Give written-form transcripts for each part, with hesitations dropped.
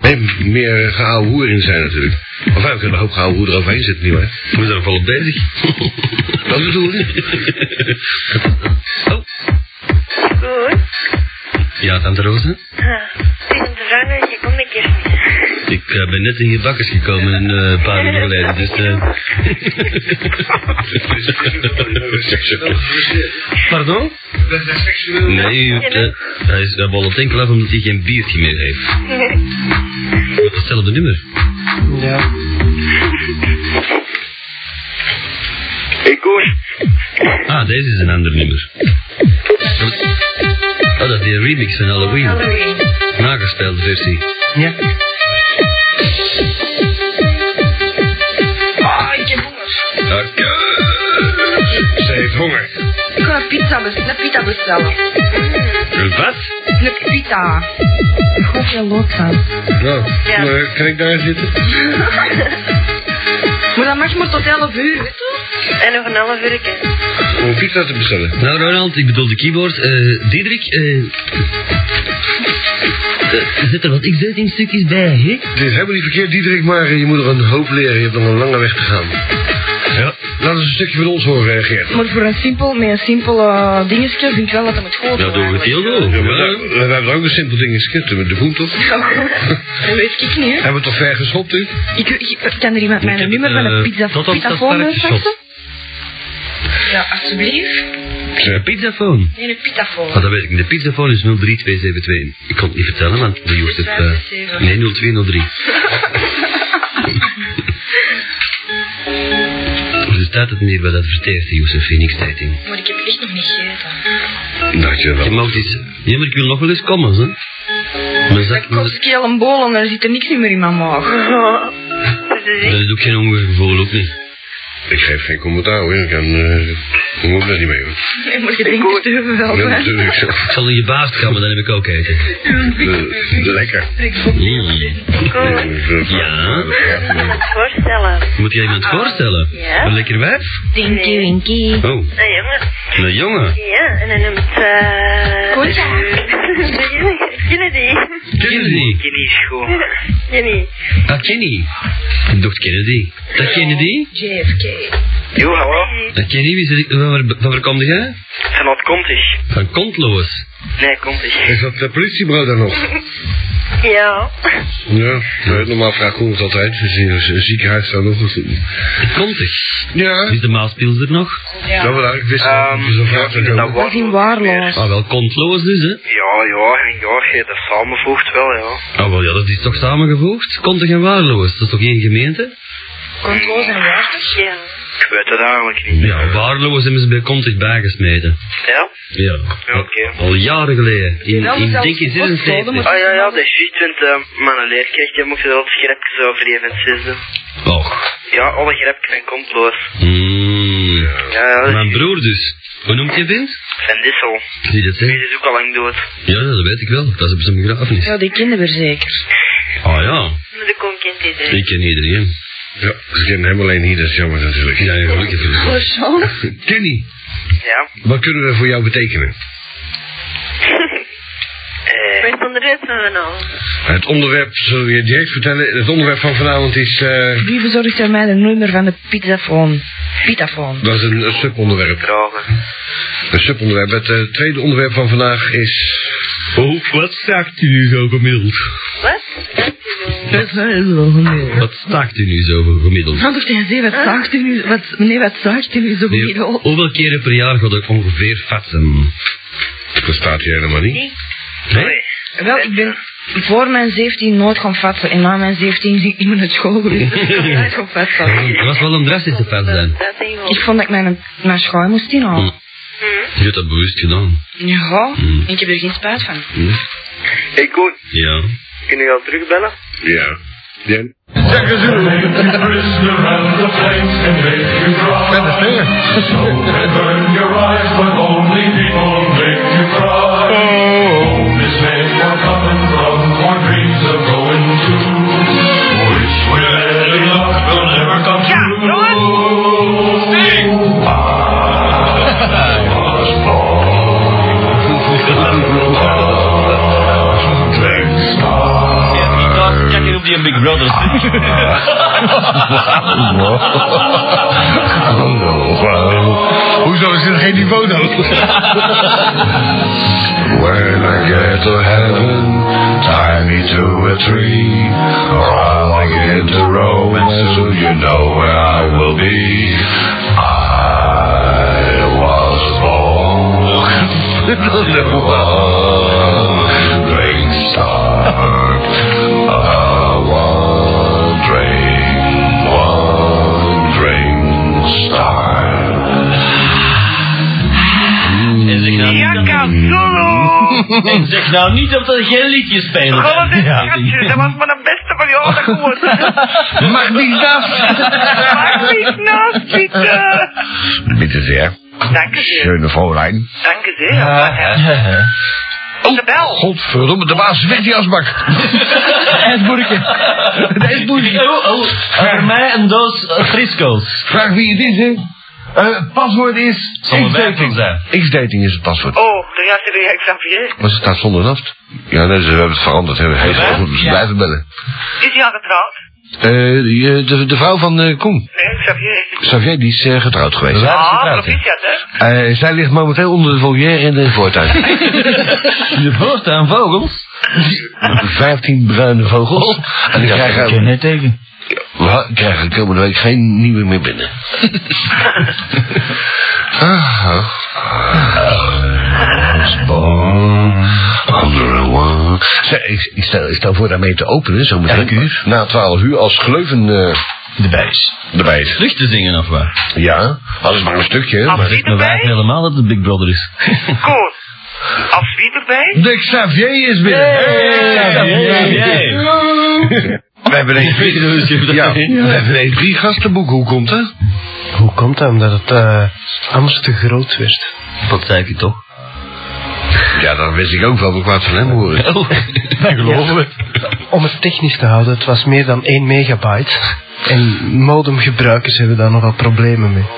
Nee, meer gehouden hoer in zijn natuurlijk. Of we kunnen een hoop gehouden hoer eroverheen zitten, nietwaar? We zijn er volop bezig. Dat bedoel ik. Oh. Goed. Ja, tante Rosa? Het is om te vragen, je komt een keer niet. Ik ben net in je bakkers gekomen een paar uur geleden, dus... Pardon? Nee, hij is wel op enkel af omdat hij geen biertje meer heeft. Hetzelfde nummer. Ja. Hey Koos. Ah, deze is een ander nummer. Oh, dat is die remix van Halloween. Nagespeelde versie. Ja. Ik heb honger. Ze heeft honger. Ik ga een pita bestellen. Wat? Een pita. Ik ga heel leuk gaan. Nou, Ja. maar kan ik daar zitten? Maar dat mag maar tot 11 uur, weet je? En nog een half uurtje. Om een pizza te bestellen. Nou, Ronald, ik bedoel de keyboard. Diederik, zit er wat X-dating-stukjes bij, hè? Dit is helemaal niet verkeerd, Diederik, maar je moet er een hoop leren. Je hebt nog een lange weg te gaan. Ja. Laat eens een stukje van ons horen, Geert. Maar voor met een simpel dingetje vind ik wel dat het moet goed Ja, doen we het heel goed. Ja, maar we hebben ook een simpel ding skippen met de voet, toch? Dat weet ik niet, hè. Hebben we toch ver geschopt, u? Ik kan er iemand mijn nummer van een pizzafoon faxen? Ja, alsjeblieft. Een pizzafoon. Nee, een pizzafoon. Oh, dat weet ik niet. De pizzafoon is 03272. Ik kon het niet vertellen, want de Jozef... nee, 0203. Er staat het niet bij dat verteert, Jozef, in X-dating. Maar ik heb echt nog niet gegeten. Dankjewel. Je mag iets... Ja, maar ik wil nog wel eens komen, hè. Maar Ik kost heel een bol en er zit er niks meer in mijn maag. dat doe ik geen ongevoel, ook niet. Ik geef geen commentaar, hoor. Ik moet er niet mee, hoor. Nee, maar je denkt er te veel Ja, van. natuurlijk. Ik zal in je baas gaan, maar dan heb ik ook eten. Lekker. Ja? Voorstellen. Moet je iemand voorstellen? Ja. Een lekker wijf? Dinky Winky. Oh, Een jongen. een jongen. Ja, en hij noemt... Kennedy. Kennedy. Kenny is goed. Kenny. Ah, Kenny. Ik dacht Kennedy. Dat Kennedy? JFK. Jo, hallo. Dat Kenny, van waar kom jij? Van wat komt is? Van Kontloos. Nee, komt is. Is dat politiebureau daar nog? Ja. Ja, normaal vraag ik het altijd. Een ziekenhuis daar nog. Kontig. Ja. Is de Maaspils er nog? Dat wel uit. Ik wist zo'n vraag te dat komen. Dat is in waarloos. Ah, wel Kontloos dus, hè? Ja, je dat samenvoegt wel, ja. Ah, wel ja, dat is toch samengevoegd? Kontig en Waarloos, dat is toch één gemeente? Kontloos en waarloos. Ja. Ik weet het eigenlijk niet. Ja, Waarloos hebben ze bij Kontig bijgesmeten. Ja? Ja. Ja, oké. Al jaren geleden. In denk ik 76. Ah ja, dat is juist, want mijn leerkracht, die mocht er al grepjes over even het zesde. Och. Ja, alle grepjes en komploos. Ja, Mijn broer dus. Hoe noemt je Vint? Van Dissel. Zie je dat Die zeggen? is ook al lang dood. Ja, dat weet ik wel. Dat is op zijn begrafenis. Ja, die kennen we zeker. Ah ja, Maar de kom kent iedereen. ik ken iedereen. Ja, ze kennen hem alleen hier, dat is jammer natuurlijk. Ja, gelukkig. Kenny, Ja. wat kunnen we voor jou betekenen? Waar is het onderuit van vanavond? Het onderwerp, zullen we je direct vertellen, het onderwerp van vanavond is, Wie verzorgt er mij de nummer van de pizzafoon? Pitafoon. dat is een subonderwerp. Vragen. Een subonderwerp. Het tweede onderwerp van vandaag is... Oh, wat staakt u nu zo gemiddeld? Wat? Wat staakt u nu zo gemiddeld? Wat dacht jij, wat zaagt u nu? Wat zaagt u nu zo Nee, gemiddeld? hoeveel keren per jaar gaat ik ongeveer fatsen? Dat staat hier helemaal niet. Nee? Wel, ik ben voor mijn 17 nooit gaan fatsen en na mijn 17 zie ik niet meer naar school geweest. Ik ben nooit gaan fatsen. Dat was wel een drastische fat zijn. Dat denk ik wel. Ik vond dat ik mijn schaai moest inhalen. Je hebt dat bewust gedaan. Ja, en ik heb er geen spijt van. Hey Koen, Ja. kun je al terugbellen? Ja. Ja. prisoner and the flames can make you cry. So they burn your eyes, but only people make you cry. Oh, this name we're coming from, our dreams of going to. Wish we had any luck, will never come true. Sing! die een Big Brother Hoezo is er geen niveau dan? When I get to heaven, tie me to a tree, or I'll get to romance, so you know where I will be. I was born in a wandering star, a wandering star. En zeg nou niet dat er geen liedjes spelen. Oh, dat was maar de beste van jou, dat goed. Mag niet af. Mag niet naast, bitte. Bitte sehr. Dank u zeer. Schöne Fräulein. Dank u zeer. De bel. Godverdomme, de baas weg die asbak. IJsboerke. De ijsboerke. Voor mij een doos Frisco's. Vraag wie het is, hè. Het paswoord is X-dating. X-dating is het paswoord. Oh, daar gaat de Xavier. Maar ze staat zonder naft. Ja, nee, ze hebben het veranderd. Hij is wel goed, dus ze blijven bellen. Is hij al getrouwd? De vrouw van Koen. Nee, Xavier. Xavier, die is getrouwd geweest. Proficiat, hè? Zij ligt momenteel onder de volière in de voortuin. De voortuin vogels? 15 bruine vogels. En die krijgen... net tegen. We krijgen de komende week geen nieuwe meer binnen. Ik stel voor daarmee te openen, zo meteen. Na 12 uur als Gleuven de bijs. Vlucht te zingen of wat? Ja, dat is maar een stukje. Maar wie erbij? Helemaal dat het Big Brother is. Goed. Als wie erbij? De Xavier is binnen. We hebben een 3 gastenboek. Hoe komt dat? Hoe komt dat? Omdat het anders te groot werd. Dat zei ik je toch? Ja, dat wist ik ook wel, maar ik wou het van hem horen. Oh, dat geloven we. Om het technisch te houden, het was meer dan 1 megabyte. En modemgebruikers hebben daar nogal problemen mee.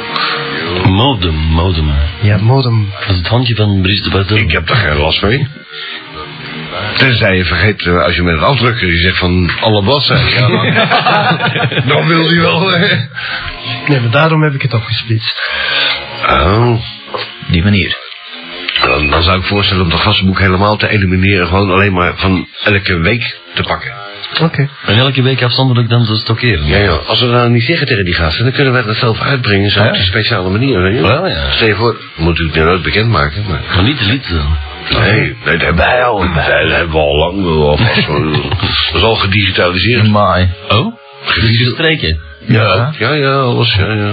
Modem. Ja, modem. Dat is het handje van Brice de Bardel. Ik heb daar geen last mee. Tenzij je vergeet, als je met het afdrukken, je zegt van alle bladzijden. Ja, dan wil hij wel. Nee, maar daarom heb ik het opgesplitst. Oh. Die manier. Dan zou ik voorstellen om dat gastenboek helemaal te elimineren. Gewoon alleen maar van elke week te pakken. Oké. En elke week afzonderlijk dan te stockeren. Ja, als we dat niet zeggen tegen die gasten, dan kunnen wij dat zelf uitbrengen. Zo op een speciale manier. Weet je? Wel, ja. Stel je voor, we moeten natuurlijk nooit bekendmaken. Maar niet de lied dan. Nee, dat hebben wij al. Dat hebben we al lang wel vast. Dat is al gedigitaliseerd. Maar. Oh? Gestreken? Ja, alles, ja.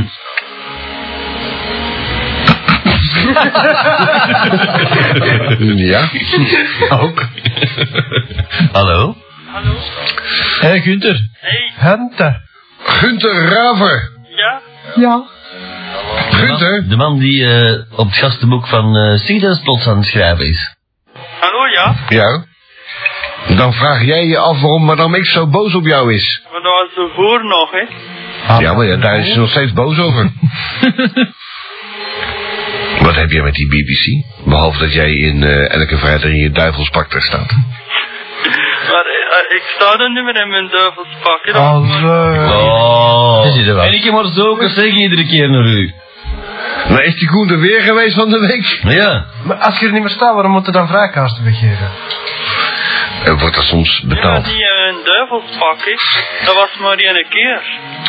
Ja? Ook. Hallo? Hallo? Hey Gunther. Hey. Gunther Raver. Ja? Gunther? De man die op het gastenboek van Seedance plots aan het schrijven is. Hallo, ja? Ja. Dan vraag jij je af waarom Madame X zo boos op jou is. Maar dat was ervoor nog, hè? Ja, maar daar is ze nog steeds boos over. Wat heb jij met die BBC? Behalve dat jij in elke vrijdag in je duivelspak daar staat. Maar ik sta er niet meer in mijn duivelspak, hè? En ik heb maar zoeken zeggen iedere keer naar u. Maar is die Koen er weer geweest van de week? Ja. Maar als je er niet meer staat, waarom moet je dan vrijkaarten weggeven? Wordt dat soms betaald? Ja, niet in mijn duivelspak, hè? Dat was maar 1 keer.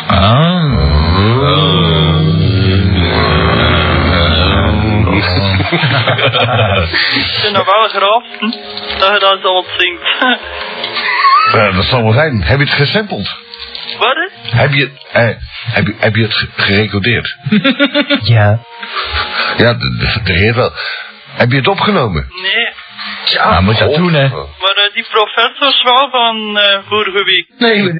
Ik vind dat wel graaf, dat je dat zo zingt. Dat zal wel zijn. Heb je het gesampled? Wat is? Heb je het gerecordeerd? Ja. Ja, de heer wel. Heb je het opgenomen? Nee. Ja, moet dat doen, hè. Maar die professor is wel van vorige week. Nee.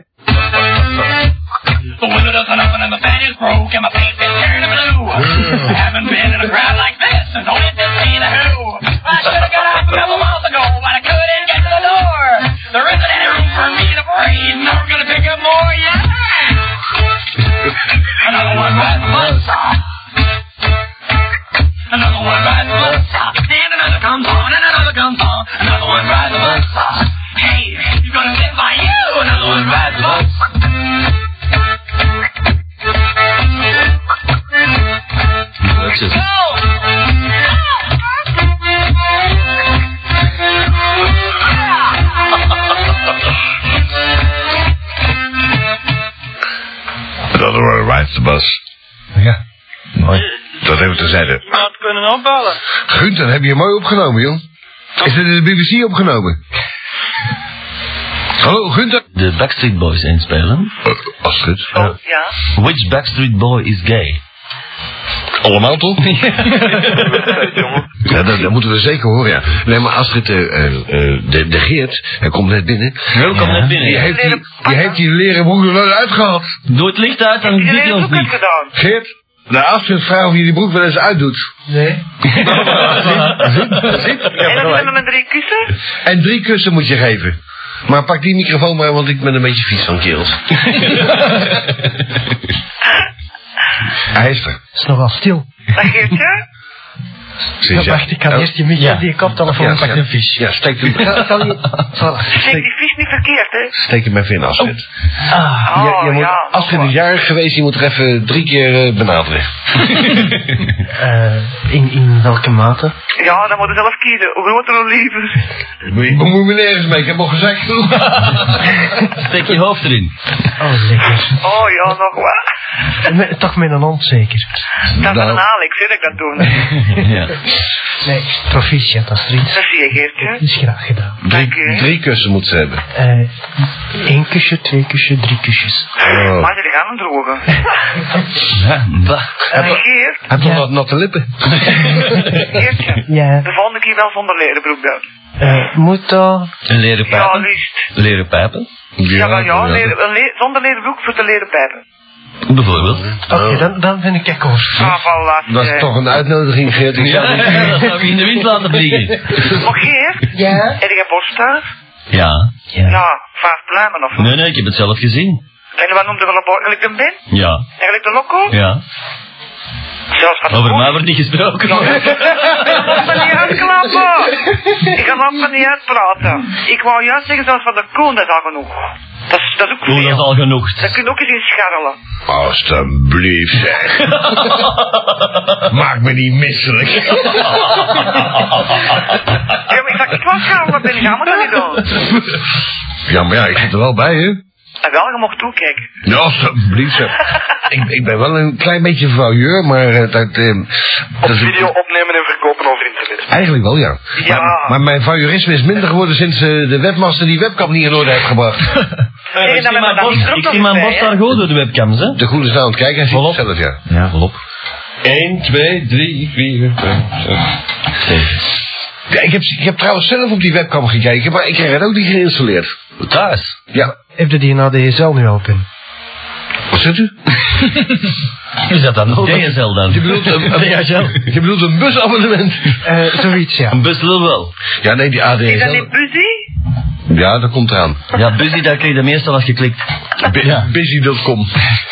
The window doesn't open and the fan is broke and my face is turning blue. Haven't been in a crowd like this since only 15 a who. I should have got off a couple miles ago, but I couldn't get to the door. There isn't any room for me to breathe, and I'm gonna pick up more, yeah. Another one bites the buzzsaw. Another one bites the buzzsaw. Then another comes on and another comes on. Another one bites the buzzsaw. Hey, you're gonna sit by you. will ride the bus. Brother rides the bus. Ja, mooi. Dat hebben we terzijde. Je had kunnen opbellen. Gunther, heb je mooi opgenomen, joh. Is dit in de BBC opgenomen? Hallo, Gunther. De Backstreet Boys inspelen. Astrid. Ja. Which Backstreet Boy is gay? Allemaal toch? Ja, dat moeten we zeker horen, ja. Nee, maar Astrid, de Geert, hij komt net binnen. Welkom net binnen. Die heeft die leren broek er wel uitgehad. Doe het licht uit, dan ziet hij ons niet. Gedaan. Geert, de Astrid vraagt of je die broek wel eens uitdoet. Nee. En dan zijn we met 3 kussen. En 3 kussen moet je geven. Maar pak die microfoon maar, want ik ben een beetje vies van kerels. Hij is er. Het is nogal stil. Dat geeft je. Sinds Wacht, ik kan eerst je micro, die koptelefoon pakken. een vis. Ja, steek hem. Zeg, die vis niet verkeerd, hè? Steek hem even in, Astrid. Oh, je moet, ja. Astrid is jarig geweest, je moet er even 3 keer benaderen. In welke mate? Ja, dan moet je zelf kiezen. Hoe groter hoe liever. Moet me nergens mee, ik heb al gezegd. Steek je hoofd erin. Oh, lekker. Oh ja, nog wat. Toch met een hond zeker. Dat is een Alex, hè, dat ik dat doe. Ja. Nee, proficiat Astrid. Dat zie je, Geertje. Dat is graag gedaan. 3 kussen moet ze hebben. 1 kusje, 2 kusje, 3 kusjes. Oh. Maar ze gaan hem drogen. Geert, Hij heeft nog wat natte lippen. Geertje. Ja. De volgende keer wel zonder lerenbroek dan. Moet dat... Een leren Ja, pijpen? liefst. Leren pijpen? Ja, zonder lerenbroek voor de leren pijpen. Bijvoorbeeld. Oké, dan ben ik akkoord. Ah, voilà. Dat is toch een uitnodiging, Geert. Ik zou niet- Ja, dat zou ik in de wind laten vliegen. Maar Geert, Ja? heb je borststaaf? Ja. Ja, 5 pluimen of wat? Nee, ik heb het zelf gezien. En wat noemt je wel een borst? Eigenlijk een bin? Ja. Eigenlijk de lokko? Ja. Zelfs van de Over borst. mij wordt niet gesproken. Ik ga niet uitklappen. Ik ga nog niet uitpraten. Ik wou juist zeggen, zelfs van de koen, dat is al genoeg. Dat is ook Oeh, dat is veel. al genoeg. Dat kun je ook eens in scharrelen. Alsjeblieft, zeg. Maak me niet misselijk. Ja, maar ik dacht, ik was scharrelen, ben ik helemaal dat niet doen. Ja, maar ja, ik zit er wel bij, hè. En wel, je mocht toekijken. Ja, alsjeblieft, zeg. Ik ben wel een klein beetje voyeur, maar dat is Video opnemen en verkopen over internet. eigenlijk wel, ja. Ja. Maar mijn voyeurisme is minder geworden sinds de webmaster die webcam niet in orde heeft gebracht. Zeg, Ik dan zie hebben we dat niet ik zie mijn borst daar goed door de webcams, hè? De goede is aan het kijken en ziet het zelf, ja. Ja, volop. 1, 2, 3, 4, 5, 6. Ja, ik heb trouwens zelf op die webcam gekeken, maar ik kreeg het ook niet geïnstalleerd. Thuis. Ja. Heb je die naar DSL nu open? Wat zegt u? Is dat dan nog? DSL dan. Je bedoelt een busabonnement? Zoiets, ja. Een buslul wel. Ja, nee, die Is dat niet ADSL. busy? Ja, dat komt eraan. Ja, busy, daar kreeg je meestal als geklikt. Ja. Busy.com.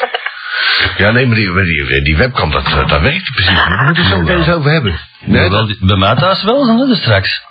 Ja, nee, maar die webcam, dat werkt precies. We moeten het zo eens over hebben. Nee, Wel, bij mij thuis wel, dan dus straks.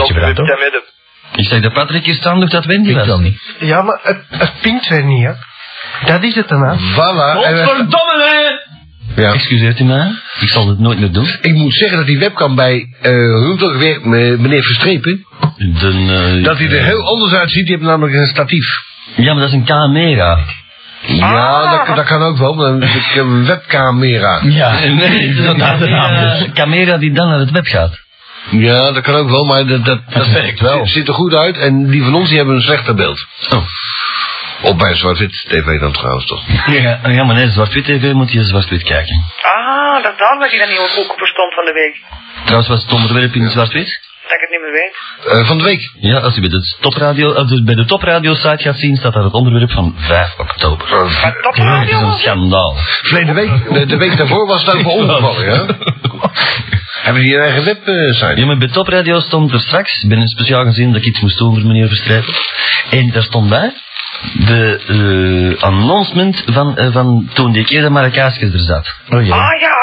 Ik zeg dat Patrick hier staan, doet dat Wendy wel. Niet. Ja, maar het pinkt weer niet, hè. Dat is het dan, hè. voilà. Godverdomme, hè! Ja. Excuseert u mij, ik zal dit nooit meer doen. Ik moet zeggen dat die webcam bij, hoe noemt het ook weer, meneer Verstrepen, dat hij er heel anders uitziet. Die heeft namelijk een statief. Ja, maar dat is een camera. Ja, dat kan ook wel, maar ik heb een webcamera. Ja, nee, dat is een camera die dan naar het web gaat. Ja, dat kan ook wel, maar dat werkt wel. Ziet er goed uit en die van ons die hebben een slechter beeld. Oh. Op bij zwart-wit tv dan trouwens toch. Ja, maar nee, zwart-wit tv moet je zwart-wit kijken. Ah, dat daar wat je dan niet ook verstond van de week. Trouwens was het onderwerp in zwart-wit? Dat ik het niet meer weet. Van de week. Ja, als u bij de topradio site gaat zien, staat daar het onderwerp van 5 oktober. Maar Dat is topradio? een schandaal. Verleden week, de week daarvoor was het over ongevallen, ja? Hebben die een eigen website? Ja, maar bij topradio stond er straks, ik ben speciaal gezien dat ik iets moest doen voor meneer Verstrijpen. En daar stond bij de announcement van toen die keer de Marrakeisjes er zat. Oh ja. Ah ja,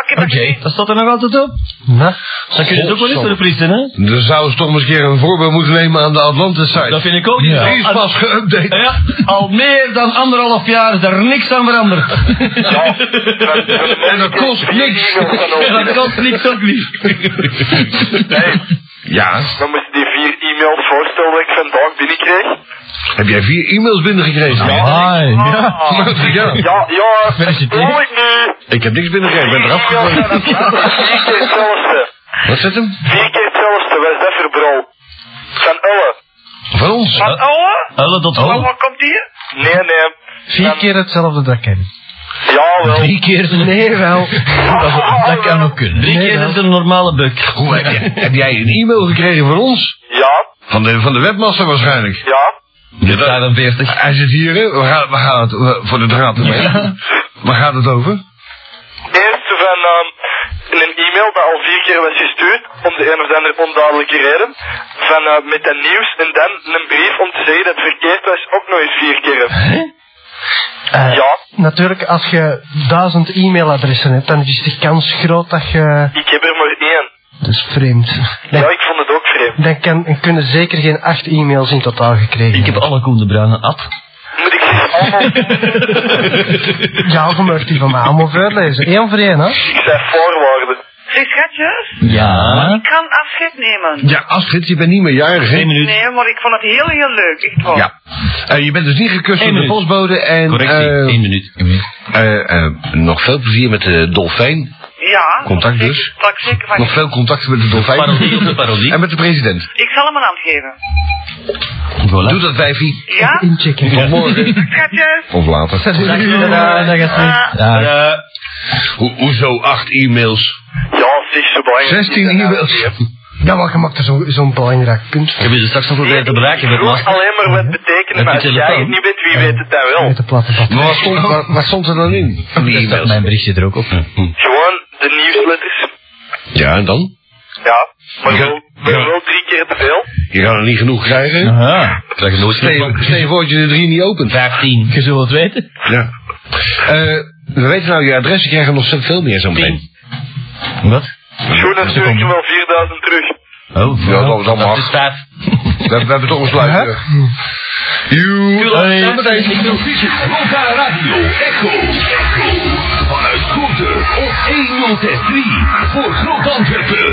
Oké, dat staat er nog altijd op. Nou, Dan kun je het ook wel eens voor de politie, hè? Dan zouden ze toch eens een keer een voorbeeld moeten nemen aan de Atlantis-site. Dat vind ik ook. Ja. Die is pas geüpdate. Ja, al meer dan 1,5 jaar is er niks aan veranderd. Ja. En dat kost niks. En dat kost niks ook niet. Nee, Ja. dan moet je die 4 e-mails voorstellen dat ik vandaag binnenkreeg. Heb jij 4 e-mails binnengekregen? Amai, ja. Ja, Gefeliciteerd. hoor ik nu. Ik heb niks binnengekregen, ik ben eraf E-mails gegaan. zijn 4 keer hetzelfde. Wat zit hem? 4 keer hetzelfde, wat is dat voor bro? Van Ulle. Van ons? Van Ulle? Ulle.com. Waar komt die? Nee. 4 keer hetzelfde dat ken. Ja, wel. 3 keer. Nee, wel. Dat kan ook kunnen. 3 keer is een normale bug. Hoe heb jij een e-mail gekregen van ons? Ja, Van de webmaster waarschijnlijk. ja. De 45. Hij zit hier, hè? We gaan het voor de draad ermee. Waar gaat het over? Eerst van een e-mail dat al 4 keer was gestuurd, om de een of andere onduidelijke reden. Van met dat nieuws en dan een brief om te zeggen dat het verkeerd was, ook nog eens 4 keer. Ja. Natuurlijk, als je 1000 e-mailadressen hebt, dan is de kans groot dat je... Ik heb er maar 1. Dat is vreemd. Ja, ik vond het ook vreemd. Dan kunnen zeker geen 8 e-mails in totaal gekregen Ik heb alle Koen de Bruine at. Moet ik ze allemaal... Ja, je mag die van mij allemaal voorlezen. 1 voor 1, hè? Ik zei voorwaarden. Zeg schatjes, Ja. ik kan afscheid nemen. Ja, Astrid, je bent niet meer jarig, hè? 1 minuut. Nee, maar ik vond het heel leuk, echt waar. Ja. Je bent dus niet gekust door de minuut. postbode en... Correctie, 1 minuut. 1 minuut. nog veel plezier met de dolfijn. Ja. Contact dat dus. zal ik zeker van Nog veel contacten met de dolfijn. Parodie op de parodie. En met de president. Ik zal hem een hand geven. Voilà. Doe dat, wijfie. Ja? Inchecken. Tot morgen. Schatjes. Of later. Hoezo 8 e-mails? Ja, zeg zo belangrijk. 16 e-mails. Ja, maar je maakt er zo'n belangrijk punt Ik van. heb je er straks nog proberen te bereiken met Vroeg master. alleen maar wat betekent, maar als jij het niet weet, wie weet het dan wel. Met de platte pap. Maar wat stond er dan in? Van die Daar staat e-mails? mijn berichtje er ook op. Gewoon de nieuwsletters. Ja, en dan? Ja, maar wel 3 keer te veel. Je gaat er niet genoeg krijgen. Aha. Krijg je nooit Stel je voor dat je de 3 niet opent. 15. Je zult het weten. Ja. We weten nou je adres, je krijgt er nog veel meer zo meteen. Wat? Schoon, dan stuur ik je wel 4000 terug. Oh, Ja, dat mag. is 5. We hebben toch een sluit. Lokale radio Echo. Vanuit Groente op 1063 voor Groot Antwerpen.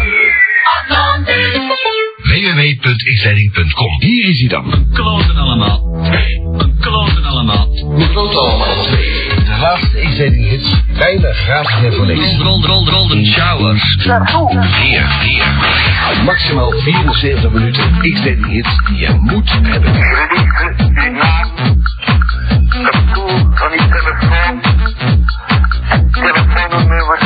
www.xleiding.com. Hier is hij dan. Kloten allemaal. Kloten allemaal. We kloten allemaal 2. De laatste Xleiding hits. Bijna gratis en voor niks. Golden showers. Hier. Maximaal 74 minuten Xleiding hits die je moet hebben. Van die telefoon. Telefoonnummer.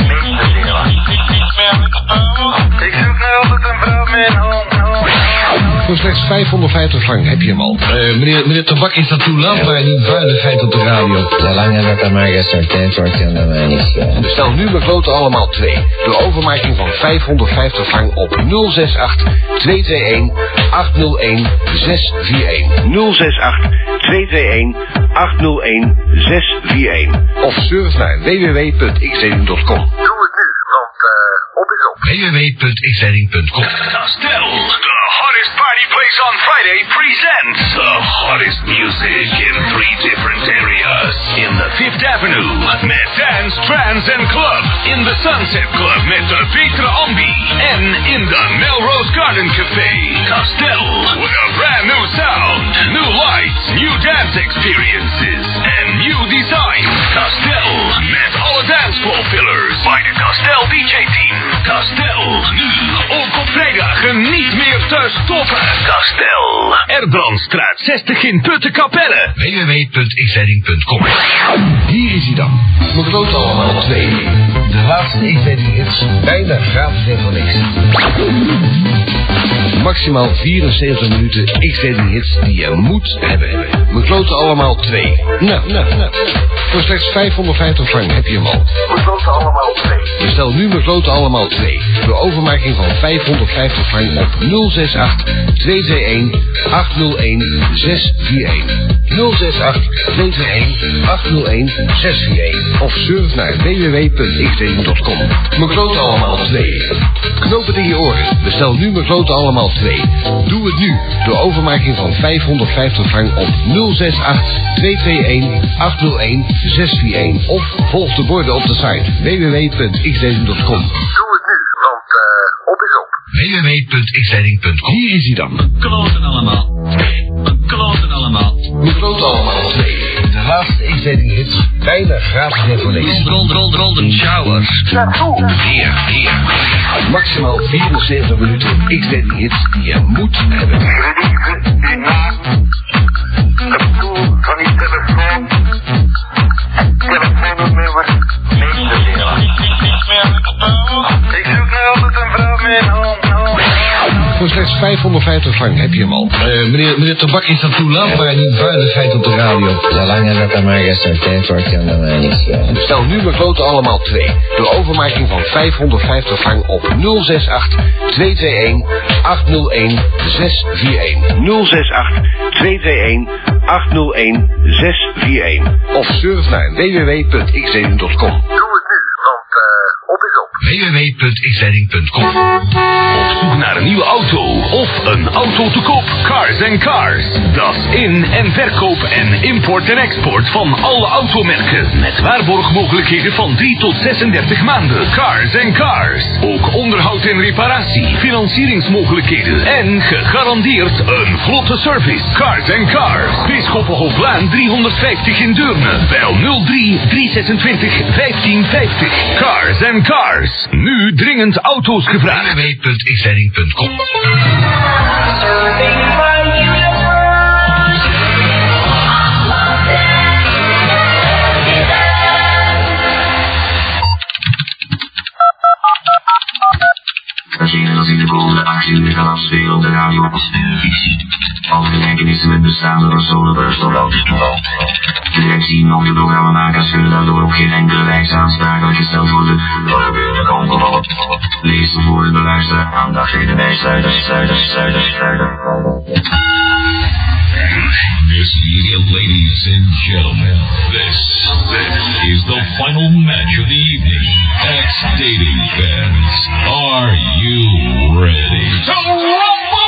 Ik zoek nu altijd een vrouw met een hond. Voor slechts 550 frank heb je hem al. Meneer Tabak, is dat toelaatbaar, die vuiligheid op de radio? Zolang dat er maar gesorteerd wordt, kan dat mij niks schelen. Bestel nu met kloten allemaal 2. De overmaking van 550 frank op 068 221 801 641. 068 221 801 641. Of surf naar www.xleiding.com. Doe het nu, want op is op. www.xleiding.com. Castel, the hottest party place on Friday, presents the hottest music in 3 different areas. In the 5th Avenue, met Dance, Trance and Club. In the Sunset Club, met de betere ambi. En in the Melrose Garden Café. Castel, with a brand new sound, new lights, new dance experiences, and new design. Castel, met alle dancefloor fillers. Bij de Castel DJ Team. Castel, nu ook op vrijdagen niet meer te stoppen. Castel, Erbrandstraat 60 in Puttenkapelle. www.xleiding.com. Hier is hij dan. We kloten allemaal 2. De laatste Xleiding hits. Bijna gratis en voor niks. Maximaal 74 minuten Xleiding hits die je moet hebben. We kloten allemaal 2. Nou. Voor slechts 550 frank heb je hem al. We kloten allemaal 2. Bestel nu met kloten allemaal 2. De overmaking van 550 frank op 068 221 801 641. 068 221 801 641. Of surf naar www.xleiding.com. McGloten@xdating.com. McGloten allemaal 2. Knoop het in je oren. Bestel nu McGloten allemaal 2. Doe het nu door overmaking van 550 frank op 068 221 801 641 of volg de borden op de site www.xdating.com. Doe het nu, want op is op. www.xdating.com. Hier is hij dan. Kloten allemaal. Kloten allemaal. McGloten allemaal 2. De laatste X-Dating hits. Bijna gratis en voor niks. Golden showers. Hier. Maximaal 74 minuten X-Dating hits die je moet hebben. Van die telefoon. Telefoon niet meer wordt. Ik zoek nu altijd een vrouw met Voor slechts 550 frank heb je hem al. Meneer Tabak, is dat toelaatbaar die vuiligheid op de radio? Zolang dat er maar gesorteerd wordt, kan er mij niks schelen. Bestel nu McGloten allemaal 2. Door overmaking van 550 frank op 068 221 801 641. 068 221 801 641. Of surf naar www.xdating.com. Doe het nu, want op is op. www.xdating.com. Op zoek naar een nieuwe auto of een auto te koop? Cars & Cars. Dat is in- en verkoop en import en export van alle automerken. Met waarborgmogelijkheden van 3 tot 36 maanden. Cars & Cars. Ook onderhoud en reparatie, financieringsmogelijkheden en gegarandeerd een vlotte service. Cars & Cars. Bisschoppenhoflaan 350 in Deurne. Bel 03 326 1550. Cars & Cars. Nu dringend auto's gevraagd. www.xdating.com. Vergeet dat ik de komende 18 uur kan afspelen op de radio als televisie. Alle gelijkenissen met bestaande personen berusten op louter toeval. De directie en ook de programmamakers kunnen daardoor op geen enkele wijze aansprakelijk gesteld worden voor de beurlijke ongevallen. Lezen voor het beluisteren, aandacht geven bij sluiters. Ladies and gentlemen, this is the final match of the evening. X-Dating fans, are you ready to rumble?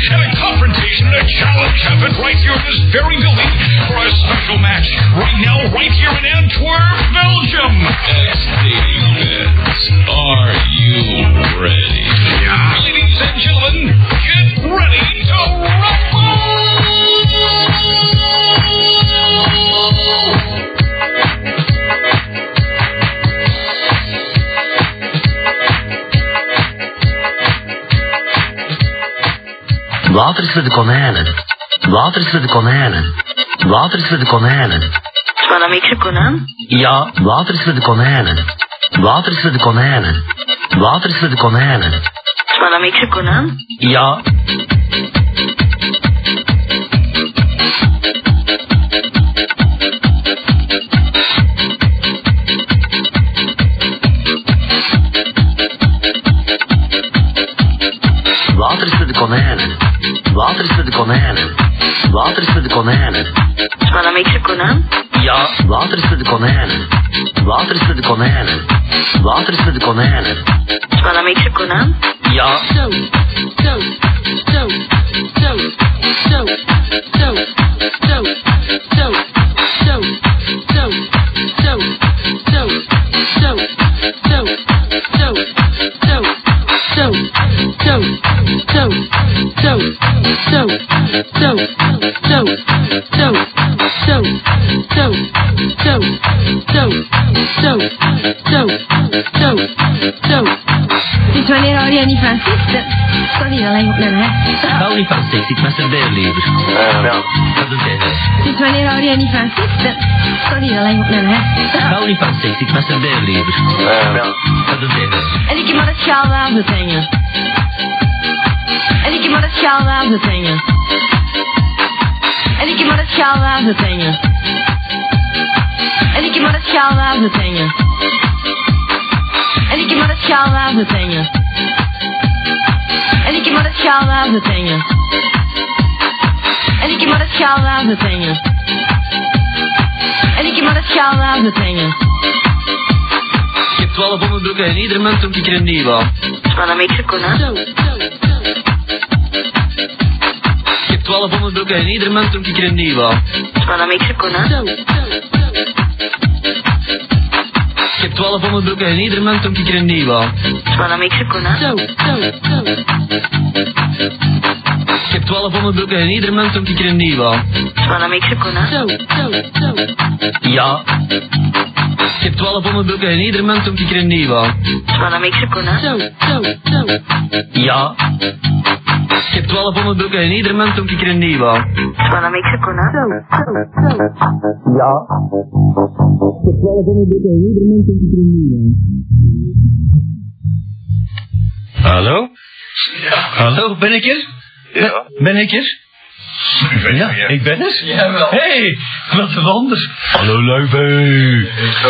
and a confrontation and a challenge happen right here in this very building for a special match right now, right here in Antwerp, Belgium. X-Dating fans, are you ready? Yeah. Ladies and gentlemen, get ready to rumble! Water is voor de konijnen. Water is voor de konijnen. Water is voor de konijnen. Spanamikse konijn? Ja, water is voor de konijnen. Water is voor de konijnen. Water is voor de konijnen. Spanamikse konijn? Ja. Water is voor de konijnen. Water is voor de konijnen. Water is voor de konijnen. Spanamikse konijn? Ja, water is voor de konijnen. Water is voor de konijnen. Water is voor de konijnen. Spanamikse konijn? Ja. Dus wanneer hou jij niet van seks? Kan niet alleen op mijn hart. Ik hou niet van seks, ik masturbeer liever. Ja. Wat doet jij? Dus wanneer hou jij niet van seks? Kan niet alleen op mijn hart. Ik hou niet van seks, ik masturbeer liever. Ja. Wat doet jij? En ik heb maar het schaalwaarde brengen. En ik heb maar het schaalwaarde brengen. En ik heb maar het schaalwaarde brengen. En ik heb maar het schaalwaarde brengen. En ik heb maar het schaalwaarde brengen. En ik heb maar het schaalwaarde brengen. En ik heb maar het schaalwaarde brengen. En ik heb maar het schaalwaarde brengen. Ik heb 12 onderbroeken en iedere maand doe ik er een nieuwe. Spanamikse konijn? Ik heb 12 onderbroeken en iedere maand doe ik er een nieuwe. Spanamikse konijn? Ik heb 12 onderbroeken en iedere maand doe ik er een nieuwe. Spanamikse konijn? Ik heb 12 onderbroeken en iedere maand doe ik er een nieuwe. Spanamikse konijn? Ja. Ik heb 12 onderbroeken en iedere maand doe ik er een nieuwe. Spanamikse konijn? Ja. Ik heb 12 onderbroeken en iedere maand doe ik er een nieuwe. Spanamikse konijn? Ja. Ik heb 12 onderbroeken en iedere maand doe ik er een nieuwe. Hallo? Ja. Hallo, ben ik er? Ja. Ben ik er? Ja, ik ben er. Jawel. Hey, wat een wonder. Hallo Leuven.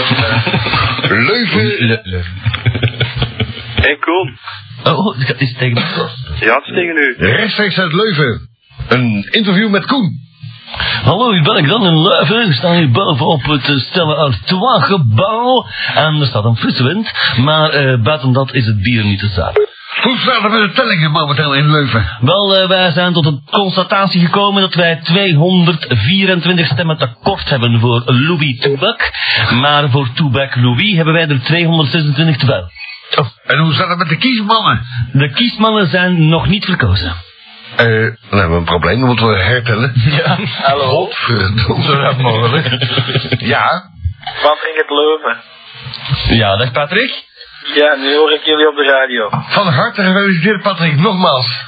Leuven. Hey, Koen. Oh, is het tegen mij? Ja, het is tegen u. Rechtstreeks uit Leuven. Een interview met Koen. Hallo, hier ben ik dan in Leuven. We staan hier bovenop het Stella Artois gebouw. En er staat een frisse wind. Maar buiten dat is het bier niet te zaak. Hoe staat het met de tellingen momenteel in Leuven? Wel, wij zijn tot de constatatie gekomen dat wij 224 stemmen tekort hebben voor Louis Toubak. Maar voor Toubak Louis hebben wij er 226 te veel. Oh, en hoe staat het met de kiesmannen? De kiesmannen zijn nog niet verkozen. Dan hebben we een probleem, dan moeten we hertellen. Ja, hallo. Godverdomme. Zo dat mogelijk. Ja. Patrick het Leuven. Ja, dag Patrick. Ja, nu hoor ik jullie op de radio. Van harte gefeliciteerd Patrick, nogmaals.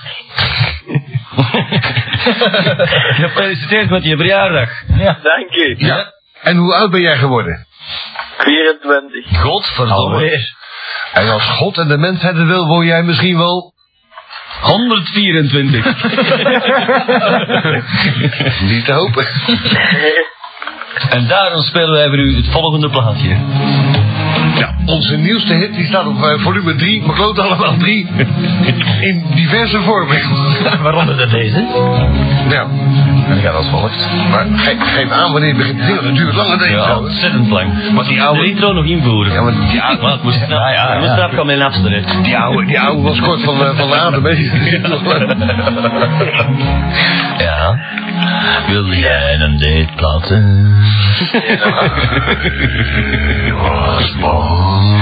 Gefeliciteerd met je verjaardag. Ja. Dank u. Ja. En hoe oud ben jij geworden? 24. Godverdomme. En als God en de mensheid het wil, word jij misschien wel... 124. Niet te hopen. En daarom spelen wij voor u het volgende plaatje. Ja. onze nieuwste hit die staat op volume 3, maar kloot allemaal 3. In diverse vormen. Waaronder dat deze? Ja. En gaat als volgt. Maar geef aan wanneer je begint te zingen. Dat duurt lang. Ja, ontzettend lang. Maar die oude... De intro nog invoeren. Ja, maar die oude... Maar het moest snel komen in Napster. Die oude was kort van de adem. Ja. Wil jij een date platen? Was born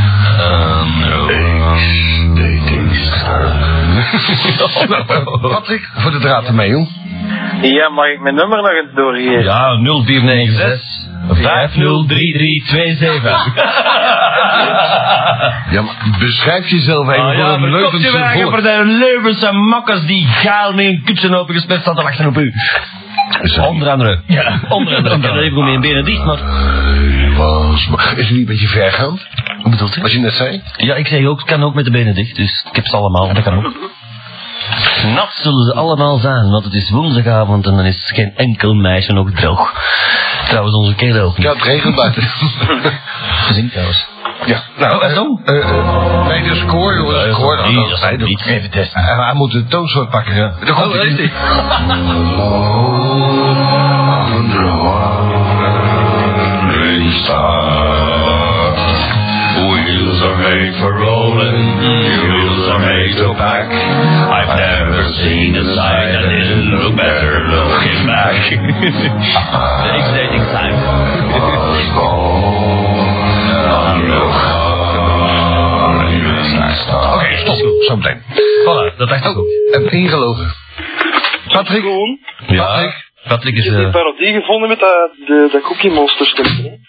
Patrick, voor de draad ermee, jong. Ja, mag ik mijn nummer nog eens doorgeven? Ja, 0496 503327. Ja, maar beschrijf jezelf even voor een Leuvense volk. Voor de Leuvense makkers die gaal met een kutsen opengespeld staan te wachten op u. Onder andere. Ja, onder andere. Ik heb er even goed mee een benen dicht, maar... Is het niet een beetje vergaand? Hoe bedoelt u? Wat je net zei? Ja, ik zei ook, het kan ook met de benen dicht, dus ik heb ze allemaal, dat kan ook. Nat zullen ze allemaal zijn, want het is woensdagavond en dan is geen enkel meisje nog droog. Trouwens, onze keel ook niet. Ja, het regent buiten. Zing trouwens. Ja, nou, nee, de score, jongens. De score, dat is niet. Even testen. Hij moet de toonsoort pakken, ja. Daar komt hij. Is hij. Wheels are made for rolling, wheels are made to pack. I've never seen a sight that didn't look better looking back. The exciting time. Oké, stop. Zo meteen. Voilà, dat dacht ik ook. Heb ingelogen. Patrick? Ja, Patrick is... Ik heb die parodie gevonden met dat Cookie Monster stemmen.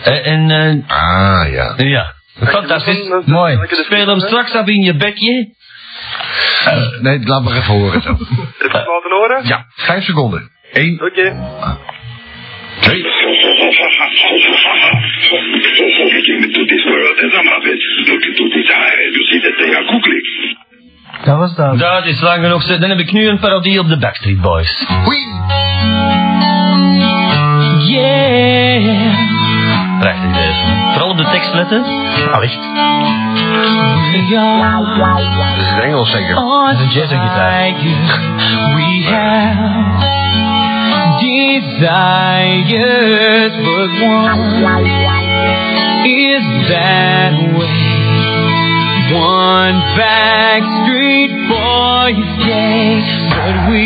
Ja. Ja. Fantastisch. Mooi. Speel hem straks af in je bekje. Nee, laat maar even horen. Zo. Heb je het laten horen? Ja, 5 seconden. 1. Oké. 2. Dat was dat. Dat is lang genoeg. Dan heb ik nu een parodie op de Backstreet Boys. Hoi. Yeah. Prachtig deze. Vooral op de tekst letten. Allicht. Dat is het Engels zeker. Met een jazzgitaar. We have desires, but one is that way. One Backstreet Boys day, but we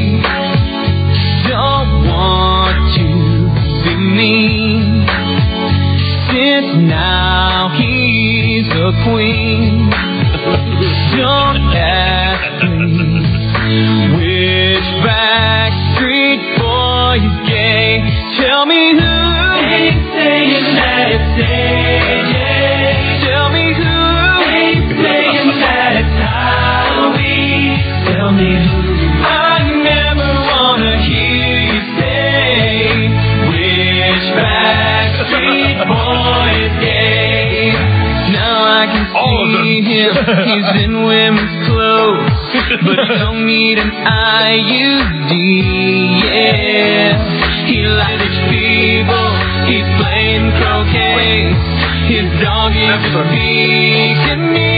don't want to be mean, since now he's a queen. Don't ask me which Backstreet Boy is gay. Tell me who ain't saying that it's gay. Tell me who ain't saying that it's Halloween. Tell me who. I never wanna hear you say which Backstreet Boy is gay. Now I can see him, he's in women's clothes, but he don't need an IUD, yeah. He likes people, he's playing croquet, his dog is speaking me.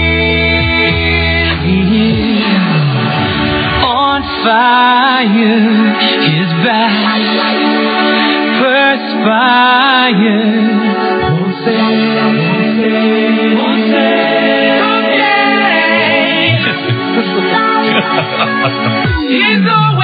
On fire, his back perspires. Won't say, won't say, okay. He's